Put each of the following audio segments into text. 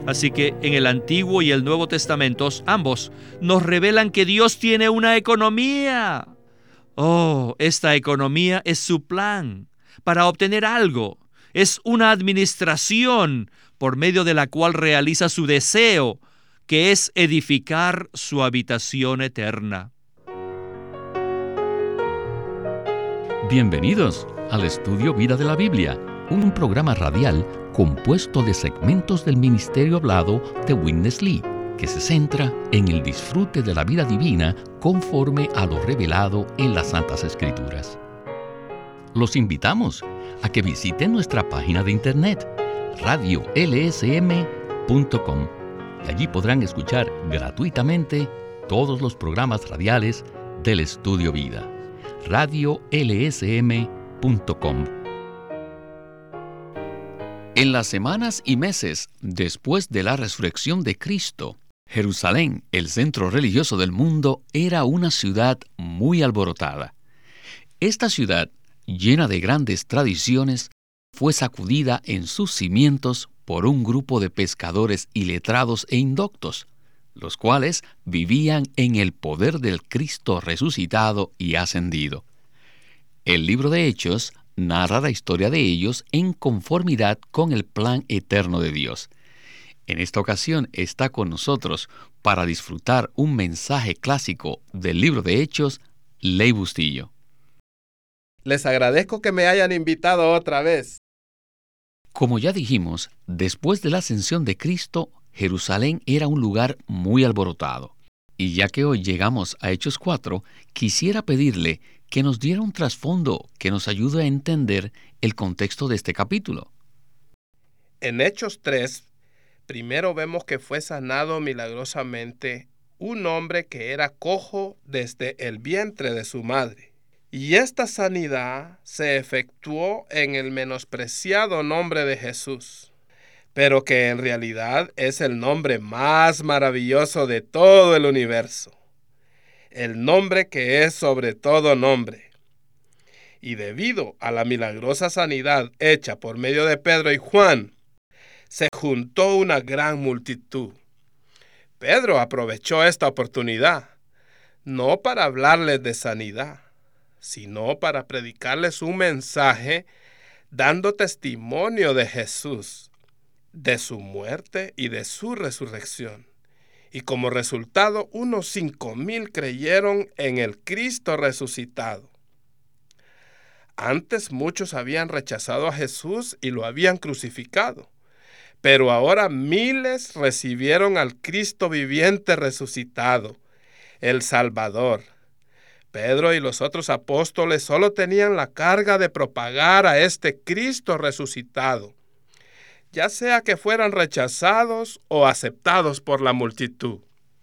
Así que en el Antiguo y el Nuevo Testamentos, ambos nos revelan que Dios tiene una economía. Oh, esta economía es su plan para obtener algo. Es una administración por medio de la cual realiza su deseo, que es edificar su habitación eterna. Bienvenidos al Estudio Vida de la Biblia, un programa radial compuesto de segmentos del ministerio hablado de Witness Lee, que se centra en el disfrute de la vida divina conforme a lo revelado en las Santas Escrituras. Los invitamos a que visiten nuestra página de internet, radiolsm.com, y allí podrán escuchar gratuitamente todos los programas radiales del Estudio Vida. radiolsm.com. En las semanas y meses después de la resurrección de Cristo, Jerusalén, el centro religioso del mundo, era una ciudad muy alborotada. Esta ciudad, llena de grandes tradiciones, fue sacudida en sus cimientos por un grupo de pescadores iletrados e indoctos, los cuales vivían en el poder del Cristo resucitado y ascendido. El libro de Hechos narra la historia de ellos en conformidad con el plan eterno de Dios. En esta ocasión está con nosotros para disfrutar un mensaje clásico del libro de Hechos, Ley Bustillo. Les agradezco que me hayan invitado otra vez. Como ya dijimos, después de la ascensión de Cristo, Jerusalén era un lugar muy alborotado. Y ya que hoy llegamos a Hechos 4, quisiera pedirle que nos diera un trasfondo que nos ayude a entender el contexto de este capítulo. En Hechos 3, primero vemos que fue sanado milagrosamente un hombre que era cojo desde el vientre de su madre. Y esta sanidad se efectuó en el menospreciado nombre de Jesús, pero que en realidad es el nombre más maravilloso de todo el universo, el nombre que es sobre todo nombre. Y debido a la milagrosa sanidad hecha por medio de Pedro y Juan, se juntó una gran multitud. Pedro aprovechó esta oportunidad, no para hablarles de sanidad, sino para predicarles un mensaje dando testimonio de Jesús, de su muerte y de su resurrección. Y como resultado, unos 5,000 creyeron en el Cristo resucitado. Antes muchos habían rechazado a Jesús y lo habían crucificado, pero ahora miles recibieron al Cristo viviente resucitado, el Salvador. Pedro y los otros apóstoles solo tenían la carga de propagar a este Cristo resucitado, ya sea que fueran rechazados o aceptados por la multitud.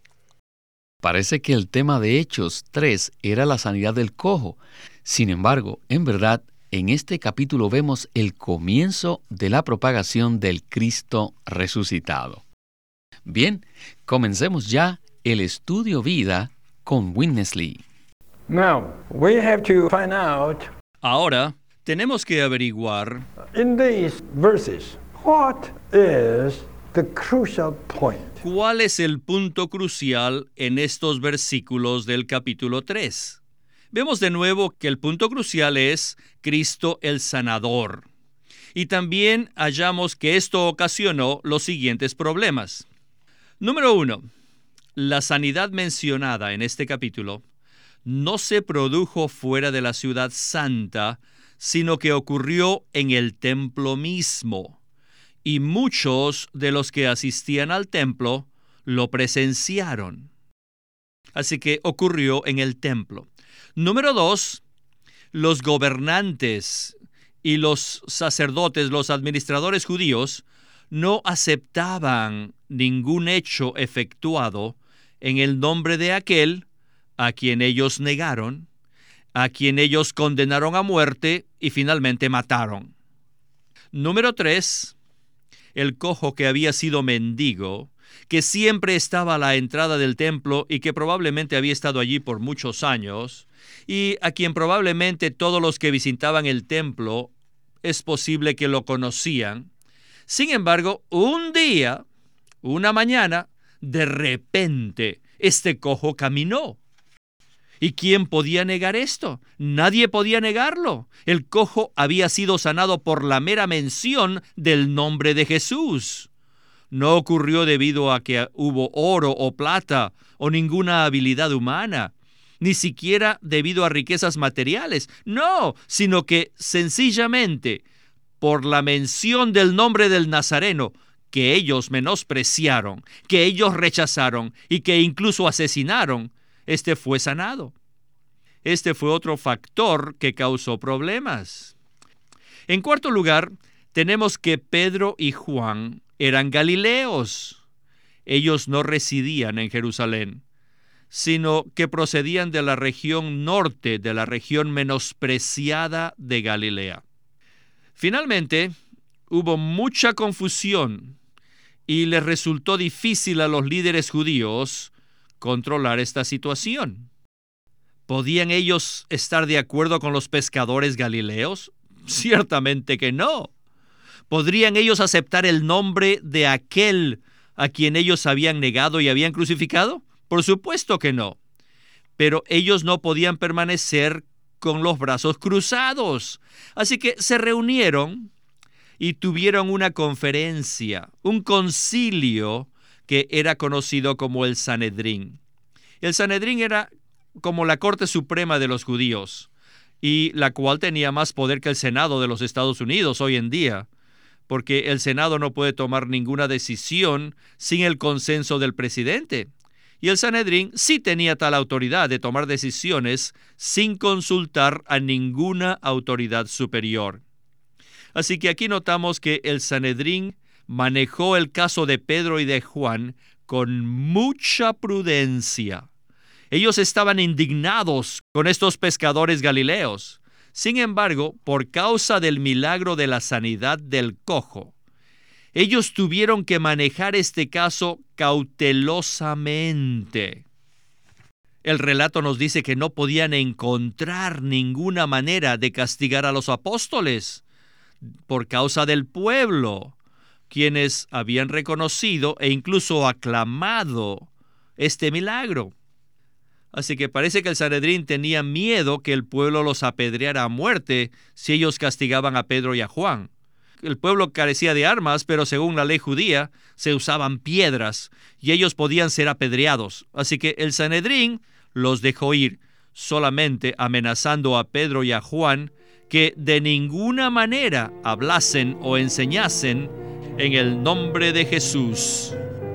Parece que el tema de Hechos 3 era la sanidad del cojo. Sin embargo, en verdad, en este capítulo vemos el comienzo de la propagación del Cristo resucitado. Bien, comencemos ya el estudio vida con Witness Lee. Now, we have to find out Ahora, tenemos que averiguar in these verses, what is the crucial point? cuál es el punto crucial en estos versículos del capítulo 3. Vemos de nuevo que el punto crucial es Cristo el sanador. Y también hallamos que esto ocasionó los siguientes problemas. Número 1. La sanidad mencionada en este capítulo no se produjo fuera de la ciudad santa, sino que ocurrió en el templo mismo. Y muchos de los que asistían al templo lo presenciaron. Así que ocurrió en el templo. Número 2, los gobernantes y los sacerdotes, los administradores judíos, no aceptaban ningún hecho efectuado en el nombre de aquel a quien ellos negaron, a quien ellos condenaron a muerte y finalmente mataron. Número 3, el cojo que había sido mendigo, que siempre estaba a la entrada del templo y que probablemente había estado allí por muchos años, y a quien probablemente todos los que visitaban el templo es posible que lo conocían. Sin embargo, un día Una mañana, de repente, este cojo caminó. ¿Y quién podía negar esto? Nadie podía negarlo. El cojo había sido sanado por la mera mención del nombre de Jesús. No ocurrió debido a que hubo oro o plata o ninguna habilidad humana, ni siquiera debido a riquezas materiales. No, sino que sencillamente por la mención del nombre del Nazareno, que ellos menospreciaron, que ellos rechazaron y que incluso asesinaron, este fue sanado. Este fue otro factor que causó problemas. En cuarto lugar, tenemos que Pedro y Juan eran galileos. Ellos no residían en Jerusalén, sino que procedían de la región norte, de la región menospreciada de Galilea. Finalmente, hubo mucha confusión y les resultó difícil a los líderes judíos controlar esta situación. ¿Podían ellos estar de acuerdo con los pescadores galileos? Ciertamente que no. ¿Podrían ellos aceptar el nombre de aquel a quien ellos habían negado y habían crucificado? Por supuesto que no. Pero ellos no podían permanecer con los brazos cruzados. Así que se reunieron y tuvieron una conferencia, un concilio que era conocido como el Sanedrín. El Sanedrín era como la Corte Suprema de los judíos, y la cual tenía más poder que el Senado de los Estados Unidos hoy en día, porque el Senado no puede tomar ninguna decisión sin el consenso del presidente. Y el Sanedrín sí tenía tal autoridad de tomar decisiones sin consultar a ninguna autoridad superior. Así que aquí notamos que el Sanedrín manejó el caso de Pedro y de Juan con mucha prudencia. Ellos estaban indignados con estos pescadores galileos. Sin embargo, por causa del milagro de la sanidad del cojo, ellos tuvieron que manejar este caso cautelosamente. El relato nos dice que no podían encontrar ninguna manera de castigar a los apóstoles por causa del pueblo, quienes habían reconocido e incluso aclamado este milagro. Así que parece que el Sanedrín tenía miedo que el pueblo los apedreara a muerte si ellos castigaban a Pedro y a Juan. El pueblo carecía de armas, pero según la ley judía se usaban piedras y ellos podían ser apedreados. Así que el Sanedrín los dejó ir, solamente amenazando a Pedro y a Juan que de ninguna manera hablasen o enseñasen en el nombre de Jesús.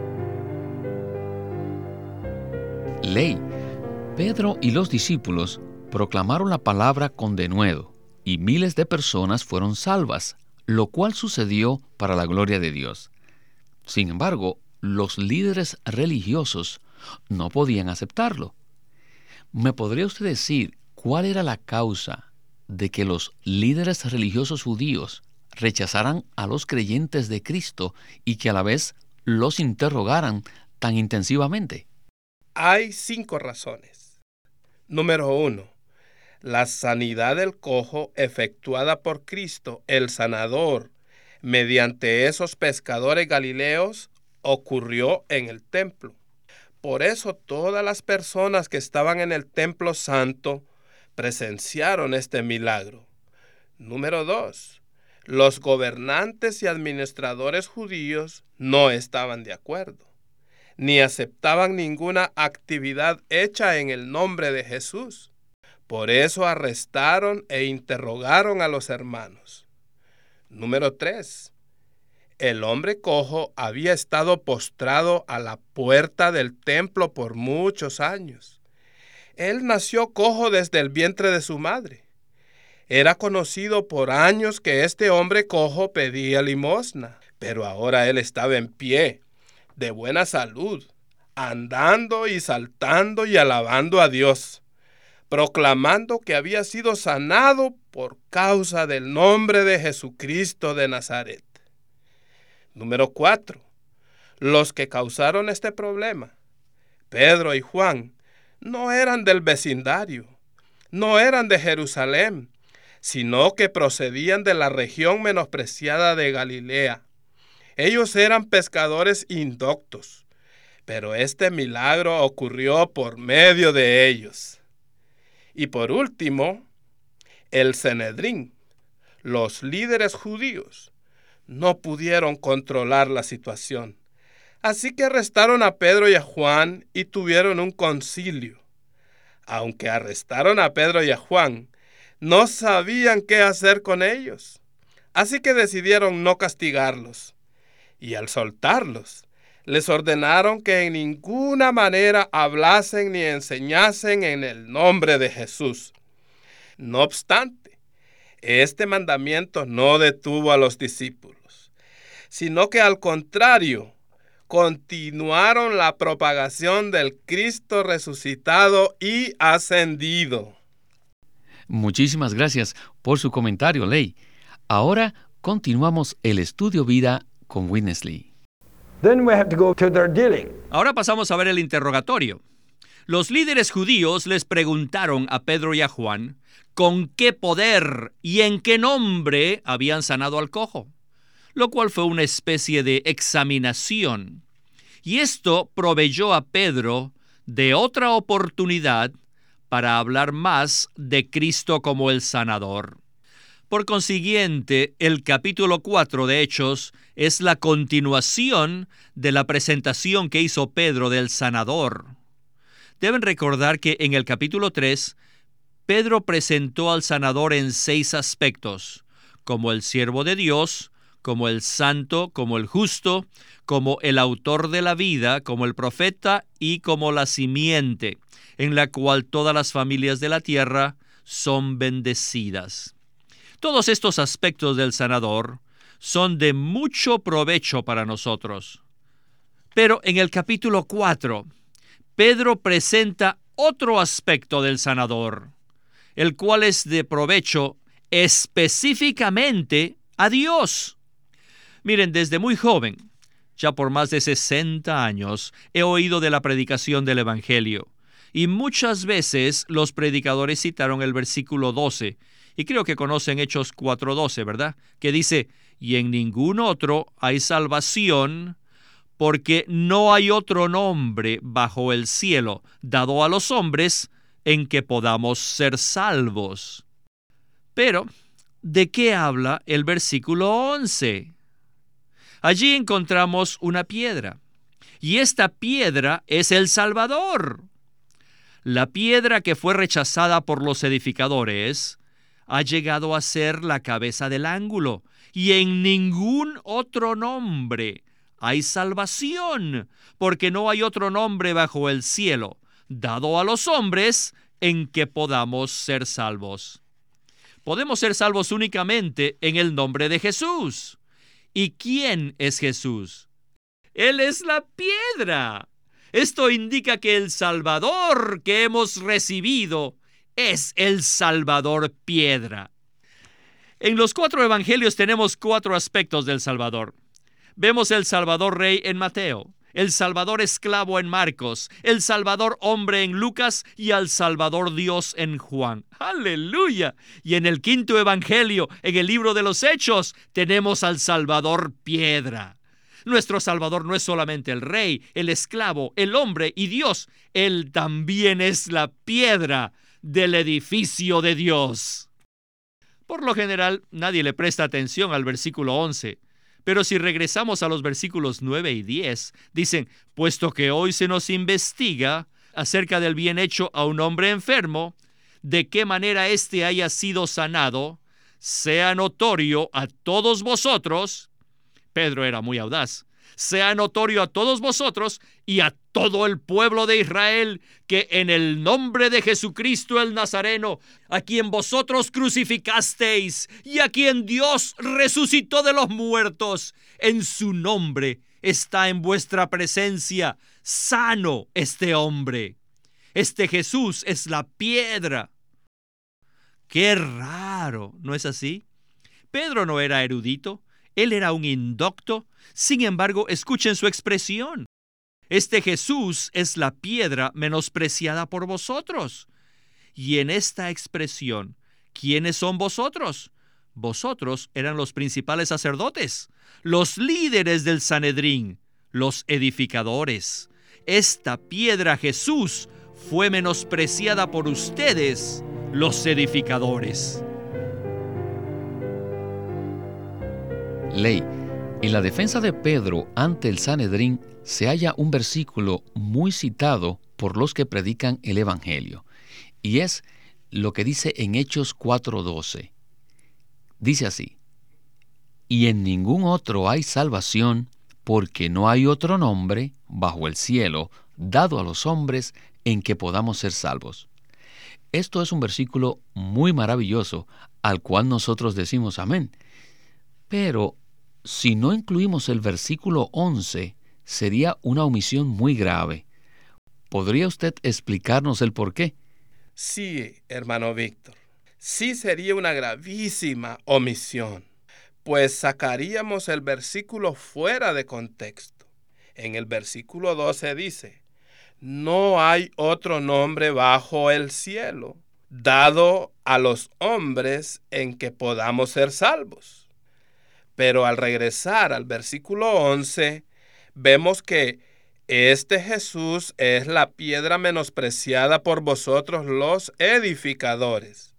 Ley. Pedro y los discípulos proclamaron la palabra con denuedo, y miles de personas fueron salvas, lo cual sucedió para la gloria de Dios. Sin embargo, los líderes religiosos no podían aceptarlo. ¿Me podría usted decir cuál era la causa de que los líderes religiosos judíos rechazaran a los creyentes de Cristo y que a la vez los interrogaran tan intensivamente? Hay 5 razones. Número 1. La sanidad del cojo efectuada por Cristo, el sanador, mediante esos pescadores galileos, ocurrió en el templo. Por eso todas las personas que estaban en el templo santo presenciaron este milagro. Número 2. Los gobernantes y administradores judíos no estaban de acuerdo, ni aceptaban ninguna actividad hecha en el nombre de Jesús. Por eso arrestaron e interrogaron a los hermanos. Número 3. El hombre cojo había estado postrado a la puerta del templo por muchos años. Él nació cojo desde el vientre de su madre. Era conocido por años que este hombre cojo pedía limosna, pero ahora él estaba en pie, de buena salud, andando y saltando y alabando a Dios, proclamando que había sido sanado por causa del nombre de Jesucristo de Nazaret. Número 4. Los que causaron este problema, Pedro y Juan, no eran del vecindario, no eran de Jerusalén, sino que procedían de la región menospreciada de Galilea. Ellos eran pescadores indoctos, pero este milagro ocurrió por medio de ellos. Y por último, el Sanedrín, los líderes judíos, no pudieron controlar la situación. Así que arrestaron a Pedro y a Juan y tuvieron un concilio. Aunque arrestaron a Pedro y a Juan, no sabían qué hacer con ellos. Así que decidieron no castigarlos. Y al soltarlos, les ordenaron que en ninguna manera hablasen ni enseñasen en el nombre de Jesús. No obstante, este mandamiento no detuvo a los discípulos, sino que al contrario, continuaron la propagación del Cristo resucitado y ascendido. Muchísimas gracias por su comentario, Ley. Ahora continuamos el estudio vida con Witness Lee. Then we have to go to their dealing. Ahora pasamos a ver el interrogatorio. Los líderes judíos les preguntaron a Pedro y a Juan con qué poder y en qué nombre habían sanado al cojo, lo cual fue una especie de examinación. Y esto proveyó a Pedro de otra oportunidad para hablar más de Cristo como el sanador. Por consiguiente, el capítulo 4 de Hechos es la continuación de la presentación que hizo Pedro del sanador. Deben recordar que en el capítulo 3, Pedro presentó al sanador en 6 aspectos, como el siervo de Dios, como el santo, como el justo, como el autor de la vida, como el profeta y como la simiente, en la cual todas las familias de la tierra son bendecidas. Todos estos aspectos del sanador son de mucho provecho para nosotros. Pero en el capítulo 4, Pedro presenta otro aspecto del sanador, el cual es de provecho específicamente a Dios. Miren, desde muy joven, ya por más de 60 años, he oído de la predicación del Evangelio, y muchas veces los predicadores citaron el versículo 12, y creo que conocen Hechos 4:12, ¿verdad? Que dice, y en ningún otro hay salvación, porque no hay otro nombre bajo el cielo dado a los hombres en que podamos ser salvos. Pero, ¿de qué habla el versículo 11? Allí encontramos una piedra, y esta piedra es el Salvador. La piedra que fue rechazada por los edificadores ha llegado a ser la cabeza del ángulo, y en ningún otro nombre hay salvación, porque no hay otro nombre bajo el cielo dado a los hombres en que podamos ser salvos. Podemos ser salvos únicamente en el nombre de Jesús. ¿Y quién es Jesús? Él es la piedra. Esto indica que el Salvador que hemos recibido es el Salvador piedra. En los 4 evangelios tenemos 4 aspectos del Salvador. Vemos el Salvador Rey en Mateo, el Salvador esclavo en Marcos, el Salvador hombre en Lucas y al Salvador Dios en Juan. ¡Aleluya! Y en el 5º evangelio, en el libro de los Hechos, tenemos al Salvador piedra. Nuestro Salvador no es solamente el Rey, el esclavo, el hombre y Dios. Él también es la piedra del edificio de Dios. Por lo general, nadie le presta atención al versículo 11. Pero si regresamos a los versículos 9 y 10, dicen, puesto que hoy se nos investiga acerca del bien hecho a un hombre enfermo, de qué manera éste haya sido sanado, sea notorio a todos vosotros. Pedro era muy audaz. Sea notorio a todos vosotros y a todo el pueblo de Israel que en el nombre de Jesucristo el Nazareno, a quien vosotros crucificasteis y a quien Dios resucitó de los muertos, en su nombre está en vuestra presencia sano este hombre. Este Jesús es la piedra. ¡Qué raro! ¿No es así? Pedro no era erudito. Él era un indocto. Sin embargo, escuchen su expresión. Este Jesús es la piedra menospreciada por vosotros. Y en esta expresión, ¿quiénes son vosotros? Vosotros eran los principales sacerdotes, los líderes del Sanedrín, los edificadores. Esta piedra Jesús fue menospreciada por ustedes, los edificadores. Ley, en la defensa de Pedro ante el Sanedrín se halla un versículo muy citado por los que predican el Evangelio, y es lo que dice en Hechos 4:12. Dice así: y en ningún otro hay salvación, porque no hay otro nombre bajo el cielo dado a los hombres en que podamos ser salvos. Esto es un versículo muy maravilloso, al cual nosotros decimos amén. Pero si no incluimos el versículo 11, sería una omisión muy grave. ¿Podría usted explicarnos el por qué? Sí, hermano Víctor. Sí sería una gravísima omisión, pues sacaríamos el versículo fuera de contexto. En el versículo 12 dice: no hay otro nombre bajo el cielo dado a los hombres en que podamos ser salvos. Pero al regresar al versículo 11, vemos que este Jesús es la piedra menospreciada por vosotros los edificadores.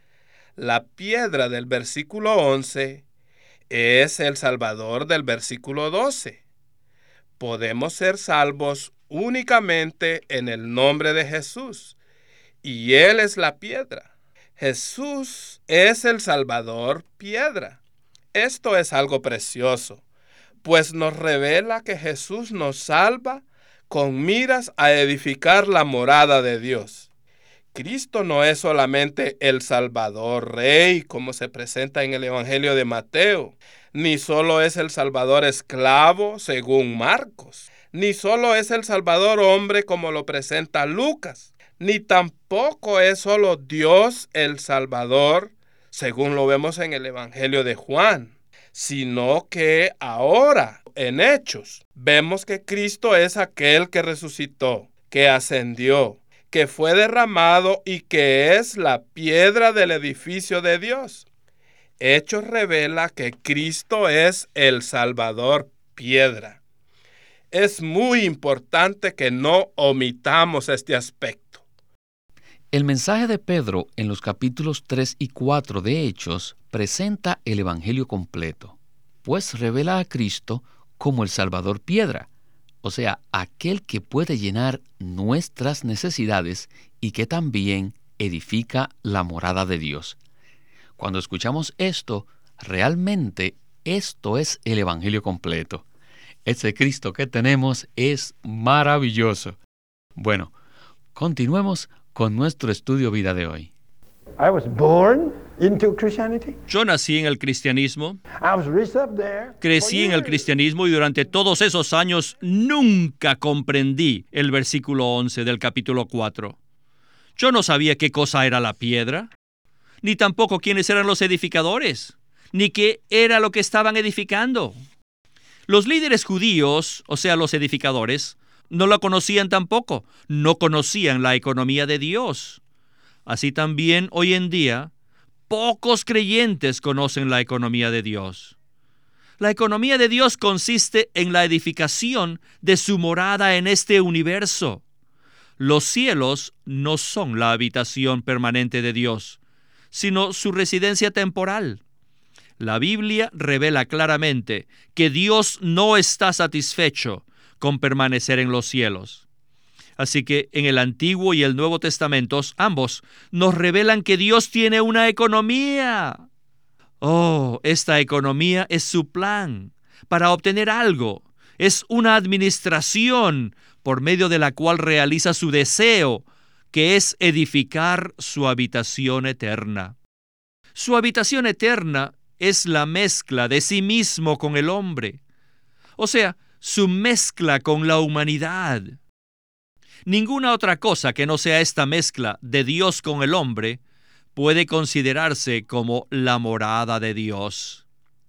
La piedra del versículo 11 es el Salvador del versículo 12. Podemos ser salvos únicamente en el nombre de Jesús, y Él es la piedra. Jesús es el Salvador piedra. Esto es algo precioso, pues nos revela que Jesús nos salva con miras a edificar la morada de Dios. Cristo no es solamente el Salvador Rey, como se presenta en el Evangelio de Mateo, ni solo es el Salvador esclavo, según Marcos, ni solo es el Salvador hombre, como lo presenta Lucas, ni tampoco es solo Dios el Salvador, según lo vemos en el Evangelio de Juan, sino que ahora, en Hechos, vemos que Cristo es aquel que resucitó, que ascendió, que fue derramado y que es la piedra del edificio de Dios. Hechos revela que Cristo es el Salvador piedra. Es muy importante que no omitamos este aspecto. El mensaje de Pedro en los capítulos 3 y 4 de Hechos presenta el Evangelio completo, pues revela a Cristo como el Salvador piedra, o sea, aquel que puede llenar nuestras necesidades y que también edifica la morada de Dios. Cuando escuchamos esto, realmente esto es el Evangelio completo. Ese Cristo que tenemos es maravilloso. Bueno, continuemos con nuestro estudio vida de hoy. I was born into Christianity. Yo nací en el cristianismo, I was raised up there. crecí en el cristianismo y durante todos esos años nunca comprendí el versículo 11 del capítulo 4. Yo no sabía qué cosa era la piedra, ni tampoco quiénes eran los edificadores, ni qué era lo que estaban edificando. Los líderes judíos, o sea, los edificadores, no la conocían tampoco, no conocían la economía de Dios. Así también hoy en día, pocos creyentes conocen la economía de Dios. La economía de Dios consiste en la edificación de su morada en este universo. Los cielos no son la habitación permanente de Dios, sino su residencia temporal. La Biblia revela claramente que Dios no está satisfecho con permanecer en los cielos. Así que en el Antiguo y el Nuevo Testamentos, ambos nos revelan que Dios tiene una economía. Oh, esta economía es su plan para obtener algo. Es una administración por medio de la cual realiza su deseo, que es edificar su habitación eterna. Su habitación eterna es la mezcla de sí mismo con el hombre, o sea, su mezcla con la humanidad. Ninguna otra cosa que no sea esta mezcla de Dios con el hombre puede considerarse como la morada de Dios.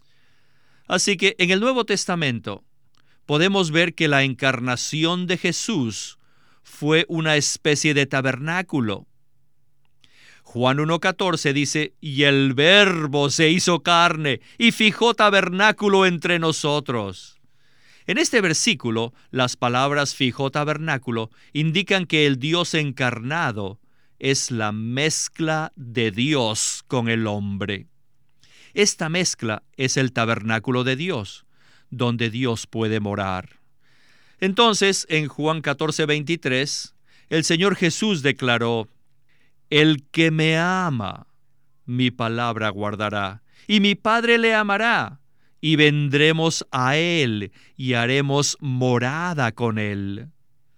Así que en el Nuevo Testamento podemos ver que la encarnación de Jesús fue una especie de tabernáculo. Juan 1:14 dice, y el Verbo se hizo carne y fijó tabernáculo entre nosotros. En este versículo, las palabras fijó tabernáculo indican que el Dios encarnado es la mezcla de Dios con el hombre. Esta mezcla es el tabernáculo de Dios, donde Dios puede morar. Entonces, en Juan 14:23, el Señor Jesús declaró, el que me ama, mi palabra guardará, y mi Padre le amará, y vendremos a él, y haremos morada con él.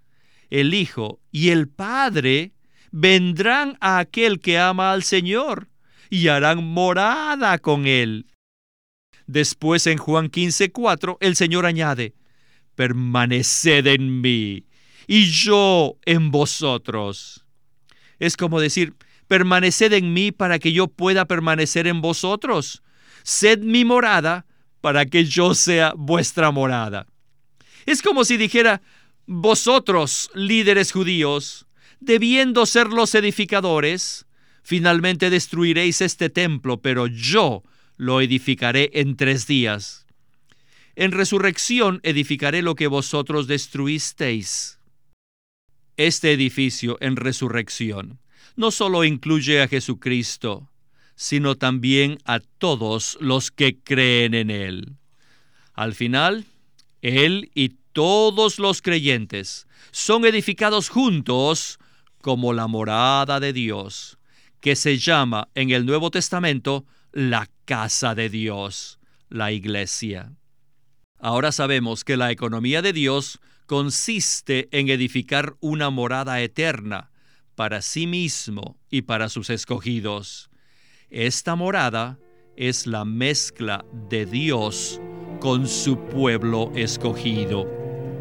El Hijo y el Padre vendrán a aquel que ama al Señor, y harán morada con él. Después, en Juan 15:4, el Señor añade, permaneced en mí, y yo en vosotros. Es como decir, permaneced en mí para que yo pueda permanecer en vosotros. Sed mi morada para que yo sea vuestra morada. Es como si dijera, vosotros, líderes judíos, debiendo ser los edificadores, finalmente destruiréis este templo, pero yo lo edificaré en 3 días. En resurrección edificaré lo que vosotros destruisteis. Este edificio en resurrección no solo incluye a Jesucristo, sino también a todos los que creen en Él. Al final, Él y todos los creyentes son edificados juntos como la morada de Dios, que se llama en el Nuevo Testamento la casa de Dios, la iglesia. Ahora sabemos que la economía de Dios consiste en edificar una morada eterna para sí mismo y para sus escogidos. Esta morada es la mezcla de Dios con su pueblo escogido.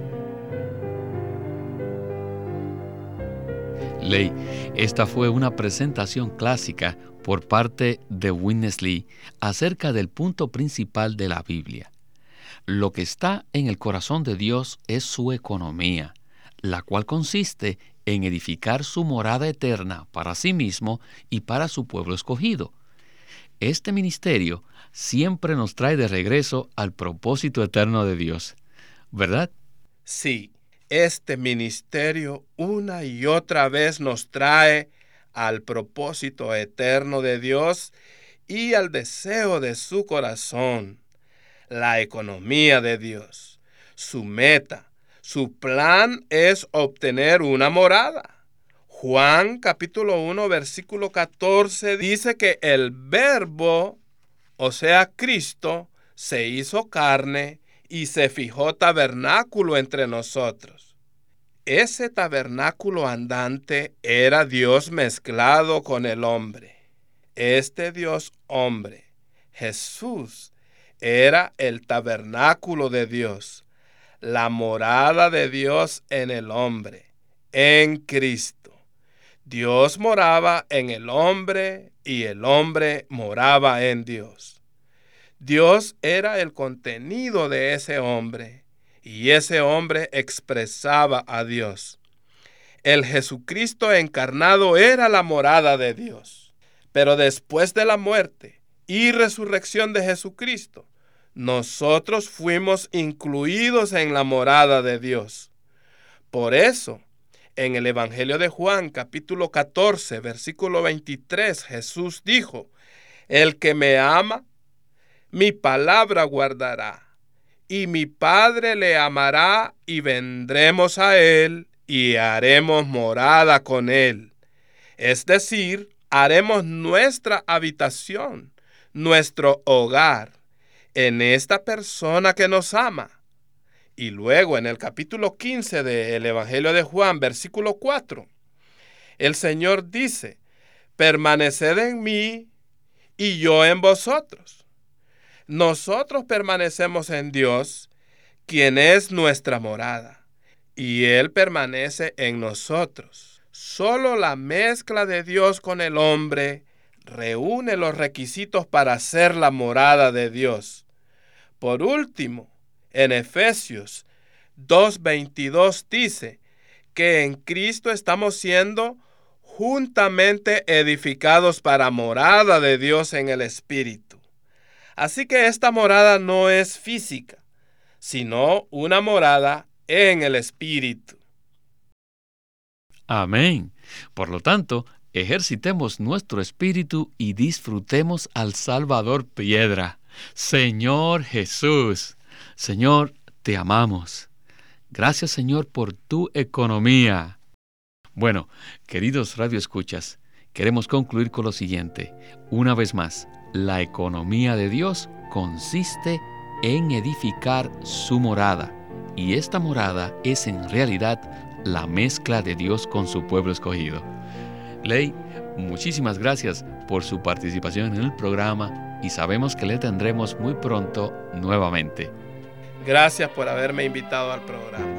Ley, esta fue una presentación clásica por parte de Witness Lee acerca del punto principal de la Biblia. Lo que está en el corazón de Dios es su economía, la cual consiste en edificar su morada eterna para sí mismo y para su pueblo escogido. Este ministerio siempre nos trae de regreso al propósito eterno de Dios, ¿verdad? Sí, este ministerio una y otra vez nos trae al propósito eterno de Dios y al deseo de su corazón. La economía de Dios, su meta, su plan es obtener una morada. Juan capítulo 1 versículo 14 dice que el Verbo, o sea Cristo, se hizo carne y se fijó tabernáculo entre nosotros. Ese tabernáculo andante era Dios mezclado con el hombre. Este Dios hombre, Jesús, era el tabernáculo de Dios, la morada de Dios en el hombre, en Cristo. Dios moraba en el hombre y el hombre moraba en Dios. Dios era el contenido de ese hombre y ese hombre expresaba a Dios. El Jesucristo encarnado era la morada de Dios. Pero después de la muerte y resurrección de Jesucristo, nosotros fuimos incluidos en la morada de Dios. Por eso, en el Evangelio de Juan, capítulo 14, versículo 23, Jesús dijo, el que me ama, mi palabra guardará, y mi Padre le amará, y vendremos a él, y haremos morada con él. Es decir, haremos nuestra habitación, nuestro hogar, en esta persona que nos ama. Y luego en el capítulo 15 del Evangelio de Juan, versículo 4, el Señor dice, permaneced en mí y yo en vosotros. Nosotros permanecemos en Dios, quien es nuestra morada, y Él permanece en nosotros. Solo la mezcla de Dios con el hombre reúne los requisitos para ser la morada de Dios. Por último, en Efesios 2:22 dice que en Cristo estamos siendo juntamente edificados para morada de Dios en el Espíritu. Así que esta morada no es física, sino una morada en el Espíritu. Amén. Por lo tanto, ejercitemos nuestro espíritu y disfrutemos al Salvador Piedra. Señor Jesús, Señor, te amamos. Gracias, Señor, por tu economía. Bueno, queridos radioescuchas, queremos concluir con lo siguiente. Una vez más, la economía de Dios consiste en edificar su morada. Y esta morada es en realidad la mezcla de Dios con su pueblo escogido. Ley, muchísimas gracias por su participación en el programa y sabemos que le tendremos muy pronto nuevamente. Gracias por haberme invitado al programa.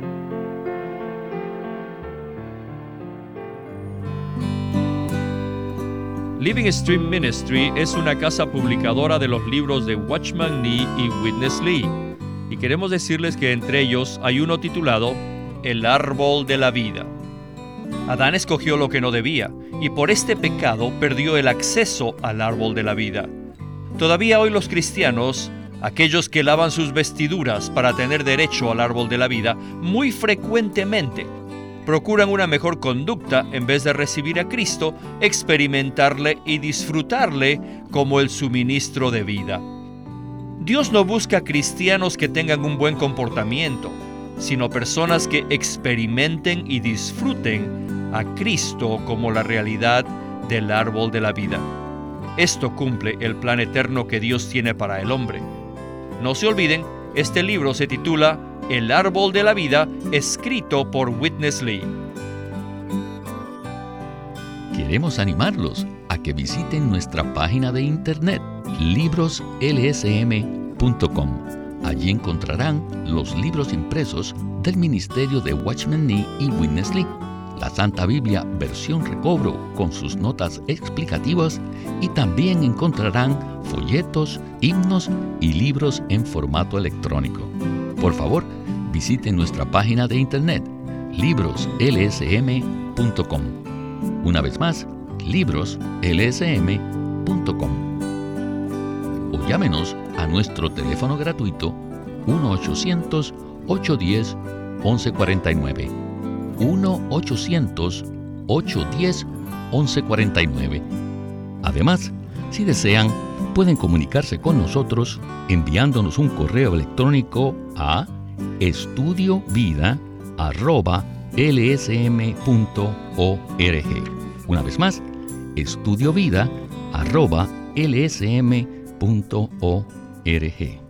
Living Stream Ministry es una casa publicadora de los libros de Watchman Nee y Witness Lee. Y queremos decirles que entre ellos hay uno titulado El árbol de la vida. Adán escogió lo que no debía, y por este pecado perdió el acceso al árbol de la vida. Todavía hoy los cristianos, aquellos que lavan sus vestiduras para tener derecho al árbol de la vida, muy frecuentemente procuran una mejor conducta en vez de recibir a Cristo, experimentarle y disfrutarle como el suministro de vida. Dios no busca cristianos que tengan un buen comportamiento, sino personas que experimenten y disfruten a Cristo como la realidad del árbol de la vida. Esto cumple el plan eterno que Dios tiene para el hombre. No se olviden, este libro se titula El árbol de la vida, escrito por Witness Lee. Queremos animarlos a que visiten nuestra página de internet, libroslsm.com. Allí encontrarán los libros impresos del ministerio de Watchman Nee y Witness Lee, la Santa Biblia versión recobro con sus notas explicativas, y también encontrarán folletos, himnos y libros en formato electrónico. Por favor, visiten nuestra página de internet, libroslsm.com. Una vez más, libroslsm.com. O llámenos a nuestro teléfono gratuito 1-800-810-1149. 1-800-810-1149. Además, si desean, pueden comunicarse con nosotros enviándonos un correo electrónico a estudiovida@lsm.org. Una vez más, estudiovida@lsm.org.